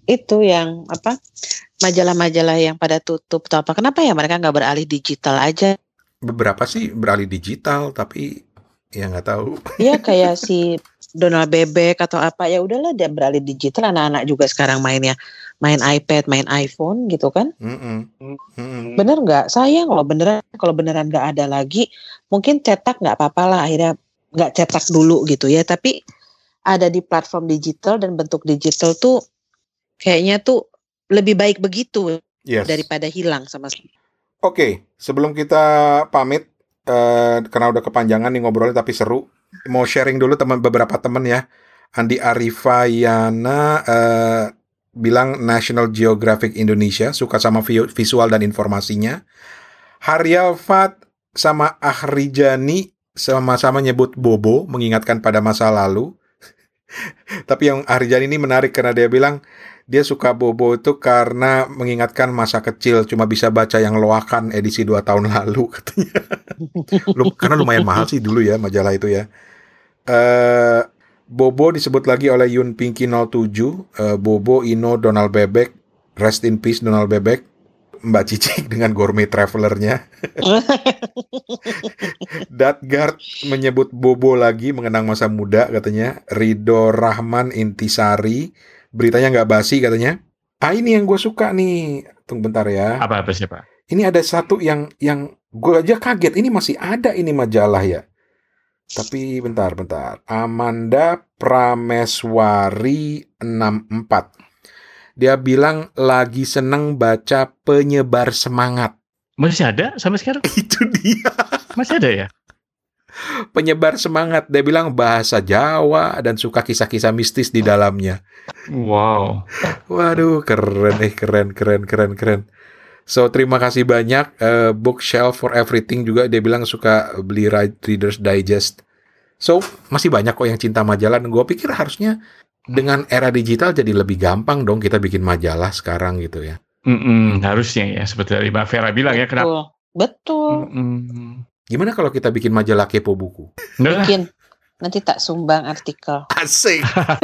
itu yang apa majalah-majalah yang pada tutup atau apa? Kenapa ya mereka nggak beralih digital aja? Beberapa sih beralih digital, tapi ya nggak tahu. Iya kayak si Donald Bebek atau apa, ya udahlah dia beralih digital. Anak-anak juga sekarang mainnya main iPad, main iPhone gitu kan? Mm-mm. Mm-mm. Bener nggak? Sayang loh beneran. Kalau beneran nggak ada lagi, mungkin cetak nggak apa-apa lah. Akhirnya nggak cetak dulu gitu ya. Tapi ada di platform digital dan bentuk digital tuh kayaknya tuh lebih baik begitu Yes. daripada hilang sama sekali. Oke, sebelum kita pamit, eh, karena udah kepanjangan nih ngobrolnya tapi seru, mau sharing dulu teman beberapa teman ya. Andi Arifayana eh, bilang National Geographic Indonesia, suka sama vi- visual dan informasinya. Haryal Fat sama Ahrijani sama-sama nyebut Bobo, mengingatkan pada masa lalu. Tapi yang Ahrijani ini menarik karena dia bilang dia suka Bobo itu karena mengingatkan masa kecil, cuma bisa baca yang Loakan edisi dua tahun lalu katanya. Lum- karena lumayan mahal sih dulu ya majalah itu ya. Eh, Bobo disebut lagi oleh Yun Pinky nol tujuh, eh, Bobo, Ino, Donald Bebek, rest in peace Donald Bebek, Mbak Cicik dengan gourmet travelernya. Datgard menyebut Bobo lagi mengenang masa muda katanya. Ridho Rahman Intisari, beritanya nggak basi katanya. Ah ini yang gue suka nih. Tunggu bentar ya. Apa apa siapa? Ini ada satu yang yang gue aja kaget. Ini masih ada ini majalah ya. Tapi bentar bentar. Amanda Prameswari enam empat. Dia bilang lagi seneng baca Penyebar Semangat. Masih ada sampai sekarang? Itu dia. Masih ada ya? Penyebar Semangat. Dia bilang bahasa Jawa dan suka kisah-kisah mistis di dalamnya. Wow. Waduh, keren eh keren keren keren keren. So terima kasih banyak. Uh, Bookshelf for Everything juga dia bilang suka beli Reader's Digest. So masih banyak kok yang cinta majalah. Dan gue pikir harusnya dengan era digital jadi lebih gampang dong kita bikin majalah sekarang gitu ya. Mm-mm, harusnya ya seperti tadi Mbak Vera bilang ya kenapa? Betul. Mm-mm. Gimana kalau kita bikin majalah kepo buku? Nah. Bikin. Nanti tak sumbang artikel. Asik.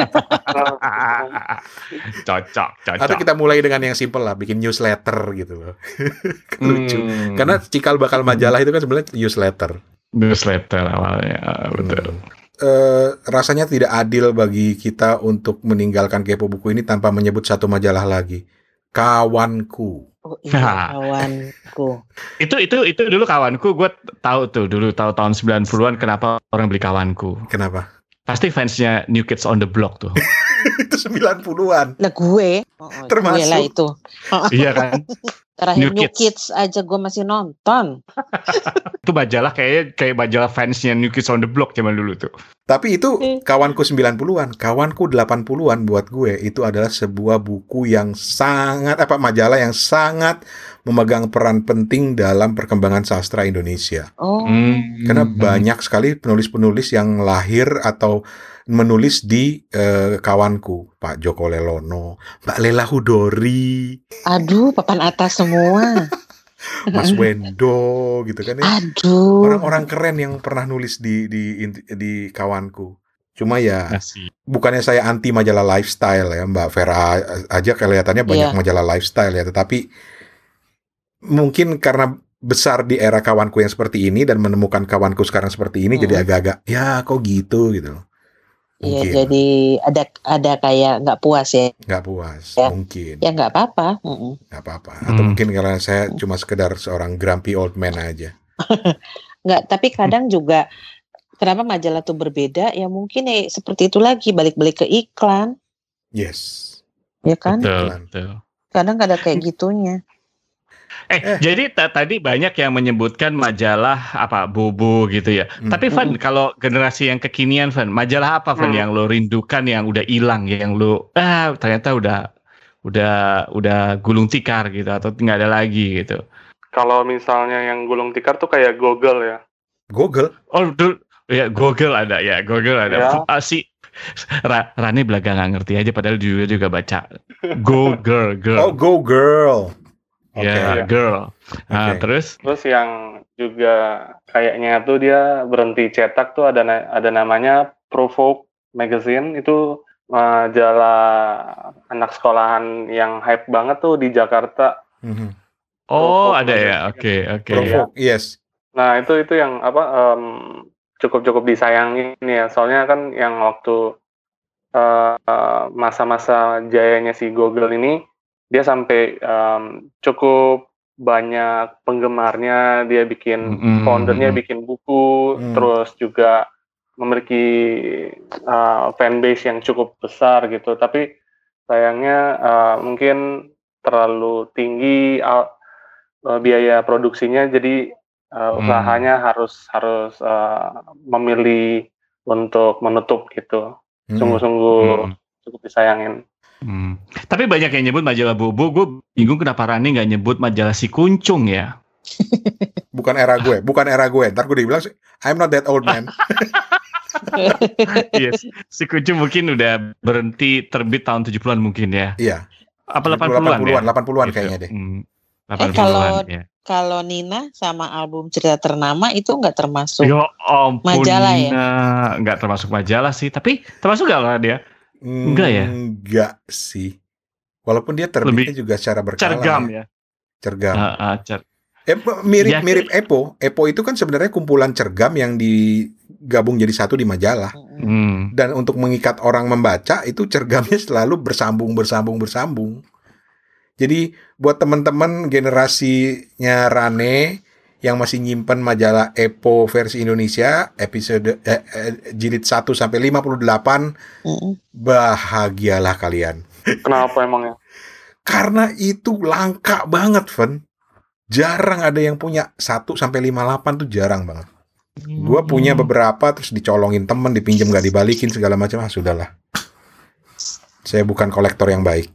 Cocok, cocok. Atau kita mulai dengan yang simple lah, bikin newsletter gitu loh. Lucu. Hmm. Karena cikal bakal majalah itu kan sebenarnya newsletter. Newsletter awalnya, betul. Hmm. Uh, rasanya tidak adil bagi kita untuk meninggalkan kepo buku ini tanpa menyebut satu majalah lagi. Kawanku. Oh iya, kawanku. Itu itu itu dulu kawanku, gue tahu tuh dulu tahu tahun sembilan puluhan kenapa orang beli kawanku. Kenapa? Pasti fansnya New Kids on the Block tuh. Itu sembilan puluhan. Lah gue. Oh, oh, termasuk. Gue lah itu. Iya kan? Terakhir New New Kids. Kids aja gue masih nonton. Itu majalah kayaknya kayak majalah fansnya New Kids on the Block zaman dulu tuh. Tapi itu kawanku sembilan puluhan, kawanku delapan puluhan buat gue itu adalah sebuah buku yang sangat apa majalah yang sangat memegang peran penting dalam perkembangan sastra Indonesia. Oh. Hmm. Karena banyak sekali penulis-penulis yang lahir atau menulis di eh, kawanku, Pak Joko Lelono, Mbak Lela Hudori. Aduh, papan atas semua. Mas Wendo gitu kan ya. Aduh. Orang-orang keren yang pernah nulis di di di kawanku. Cuma ya Asik. bukannya saya anti majalah lifestyle ya, Mbak Vera aja kelihatannya banyak Yeah. majalah lifestyle ya, tetapi mungkin karena besar di era kawanku yang seperti ini dan menemukan kawanku sekarang seperti ini, Hmm. jadi agak-agak ya kok gitu gitu. Iya, Mungkin jadi ada ada kayak nggak puas ya. nggak puas, Ya. mungkin Ya nggak apa-apa. Mm-mm. nggak apa-apa. Atau Hmm. mungkin karena saya cuma sekedar seorang grumpy old man aja. Nggak, tapi kadang juga kenapa majalah tuh berbeda? Ya mungkin ya seperti itu lagi, balik-balik ke iklan, Yes. ya kan? Betul, Iklan. betul. Kadang ada kayak gitunya. Eh, Eh. jadi ta- tadi banyak yang menyebutkan majalah apa Bobo gitu ya. Hmm. Tapi Van, kalau generasi yang kekinian Van, majalah apa Van Hmm. yang lo rindukan yang udah hilang, yang lo ah ternyata udah udah udah gulung tikar gitu atau nggak ada lagi gitu. Kalau misalnya yang gulung tikar tuh kayak Google ya. Google. Oh, dulu ya Google ada ya, Google ada. Ya. Ah, si Ra, Rani belaga nggak ngerti aja padahal juga juga baca. Go girl, girl. Oh, Go Girl. Oke. Ya, Iya. girl. Nah, Oke. terus Terus yang juga kayaknya tuh dia berhenti cetak tuh ada na- ada namanya Provoke Magazine, itu majalah anak sekolahan yang hype banget tuh di Jakarta. Mm-hmm. Oh, Provok, ada ya, oke oke. Provok, yes. Nah itu itu yang apa um, cukup-cukup disayangin ya, soalnya kan yang waktu uh, uh, masa-masa jayanya si Google ini, dia sampai um, cukup banyak penggemarnya, dia bikin mm-hmm. foundernya bikin buku, mm. terus juga memiliki uh, fanbase yang cukup besar gitu. Tapi sayangnya uh, mungkin terlalu tinggi uh, biaya produksinya, jadi uh, hmm. usahanya harus harus uh, memilih untuk menutup gitu. Hmm. Sungguh-sungguh hmm. cukup disayangin. Hmm. Tapi banyak yang nyebut majalah Bobo. Gue bingung kenapa Rani nggak nyebut majalah Si Kuncung ya. Bukan era gue, bukan era gue. Ntar gue dibilang, I'm not that old man. Yes, Si Kuncung mungkin udah berhenti terbit tahun tujuh puluhan mungkin ya. Iya. Apa delapan puluhan ya? delapan puluhan kayaknya deh. Hmm. Eh kalau ya. Kalau Nina sama album Cerita Ternama itu nggak termasuk Yo, ampun, majalah Nina. ya? Nggak termasuk majalah sih, tapi termasuk nggak lah dia? Hmm, enggak ya? Enggak sih. Walaupun dia terbitnya lebih juga secara berkala. Cergam ya. Cergam. Uh, uh, cer- eh, mirip ya, mirip Epo. Epo itu kan sebenarnya kumpulan cergam yang digabung jadi satu di majalah. Hmm. Dan untuk mengikat orang membaca itu cergamnya selalu bersambung bersambung bersambung. Jadi buat teman-teman generasinya Rane yang masih nyimpen majalah Epo versi Indonesia episode eh, eh, jilid satu sampai lima puluh delapan, mm. bahagialah kalian. Kenapa emangnya? Karena itu langka banget, Fen. Jarang ada yang punya satu sampai lima puluh delapan tuh jarang banget. Mm. Gua punya beberapa terus dicolongin temen, dipinjam gak dibalikin segala macam. Ah, sudahlah. Saya bukan kolektor yang baik.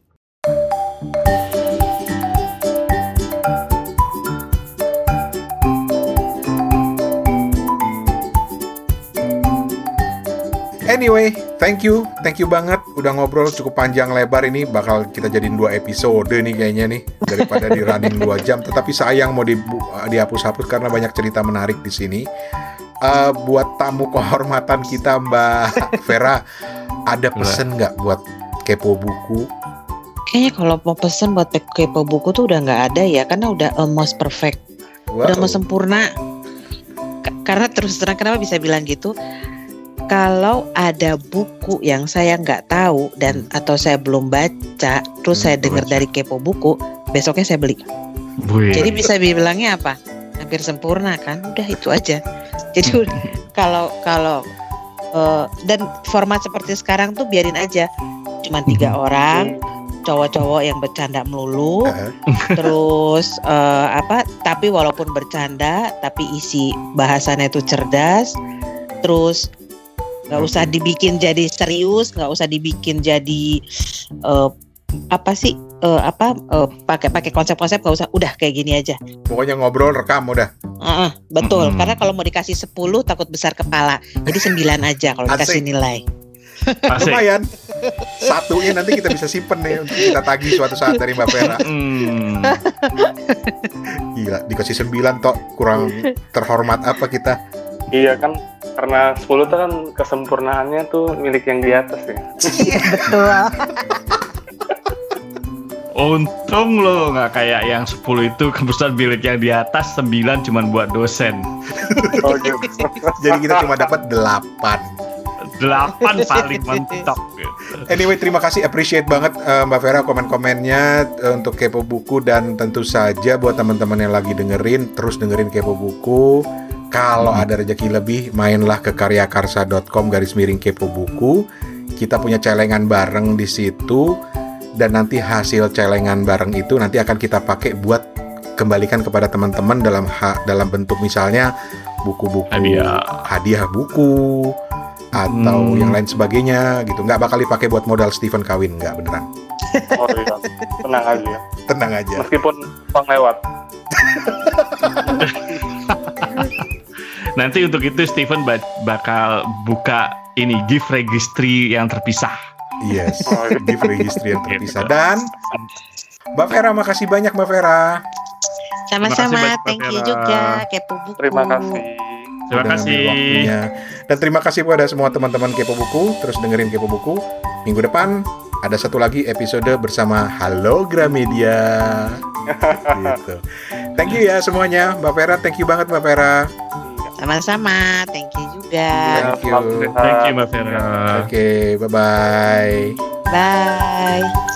Anyway, thank you, thank you banget udah ngobrol cukup panjang lebar. Ini bakal kita jadiin dua episode nih kayaknya nih daripada di running dua jam. Tetapi sayang mau di, dihapus-hapus karena banyak cerita menarik di sini. Uh, buat tamu kehormatan kita Mbak Vera, ada pesen nggak buat Kepo Buku? Kayaknya kalau mau pesen buat Kepo Buku tuh udah nggak ada ya, karena udah almost perfect, wow. Udah mau sempurna. K- karena terus terang kenapa bisa bilang gitu? Kalau ada buku yang saya nggak tahu dan atau saya belum baca, terus hmm, saya dengar dari Kepo Buku, besoknya saya beli. Wih. Jadi bisa dibilangnya apa? Hampir sempurna kan? Udah itu aja. Jadi kalau kalau uh, dan format seperti sekarang tuh biarin aja, cuma tiga orang, cowok-cowok yang bercanda melulu, terus uh, apa? Tapi walaupun bercanda, tapi isi bahasannya itu cerdas, terus nggak usah dibikin jadi serius, nggak usah dibikin jadi uh, apa sih uh, apa uh, pakai pakai konsep-konsep, nggak usah, udah kayak gini aja. Pokoknya ngobrol rekam udah. Uh-uh, betul, hmm. Karena kalau mau dikasih sepuluh takut besar kepala, jadi sembilan aja kalau dikasih nilai. Lumayan. Satunya nanti kita bisa simpen nih untuk kita tagih suatu saat dari Mbak Vera. Hmm. Gila, dikasih sembilan toh, kurang terhormat apa kita? Iya kan, karena sepuluh tuh kan kesempurnaannya tuh milik yang di atas ya. Betul. Untung lo nggak kayak yang sepuluh itu kebetulan milik yang di atas, sembilan cuma buat dosen. Oh, gitu. Jadi kita cuma dapat delapan. Delapan paling mentok. Anyway, terima kasih, appreciate banget uh, Mbak Vera komen-komennya uh, untuk Kepo Buku, dan tentu saja buat teman-teman yang lagi dengerin, terus dengerin Kepo Buku. Kalau hmm. ada rezeki lebih, mainlah ke karyakarsa dot com garis miring kepo buku. Kita punya celengan bareng di situ, dan nanti hasil celengan bareng itu nanti akan kita pakai buat kembalikan kepada teman-teman dalam ha- dalam bentuk misalnya buku-buku hadiah, hadiah buku atau hmm. yang lain sebagainya gitu. Nggak bakal dipakai buat modal Steven kawin, nggak, beneran. Oh iya, tenang aja. Tenang aja. Meskipun uang lewat. Nanti untuk itu Steven bakal buka ini gift registry yang terpisah. Yes, gift registry yang terpisah. Dan Mbak Vera, makasih banyak Mbak Vera. Sama-sama, thank you juga Kepo Buku. Terima kasih. Terima kasih. Dan terima kasih kepada semua teman-teman Kepo Buku. Terus dengerin Kepo Buku. Minggu depan ada satu lagi episode bersama Halo Gramedia. Gitu. Thank you ya semuanya. Mbak Vera, thank you banget Mbak Vera. Sama-sama, thank you juga. Thank you. Thank you Mbak Vera. Oke, okay, bye-bye. Bye.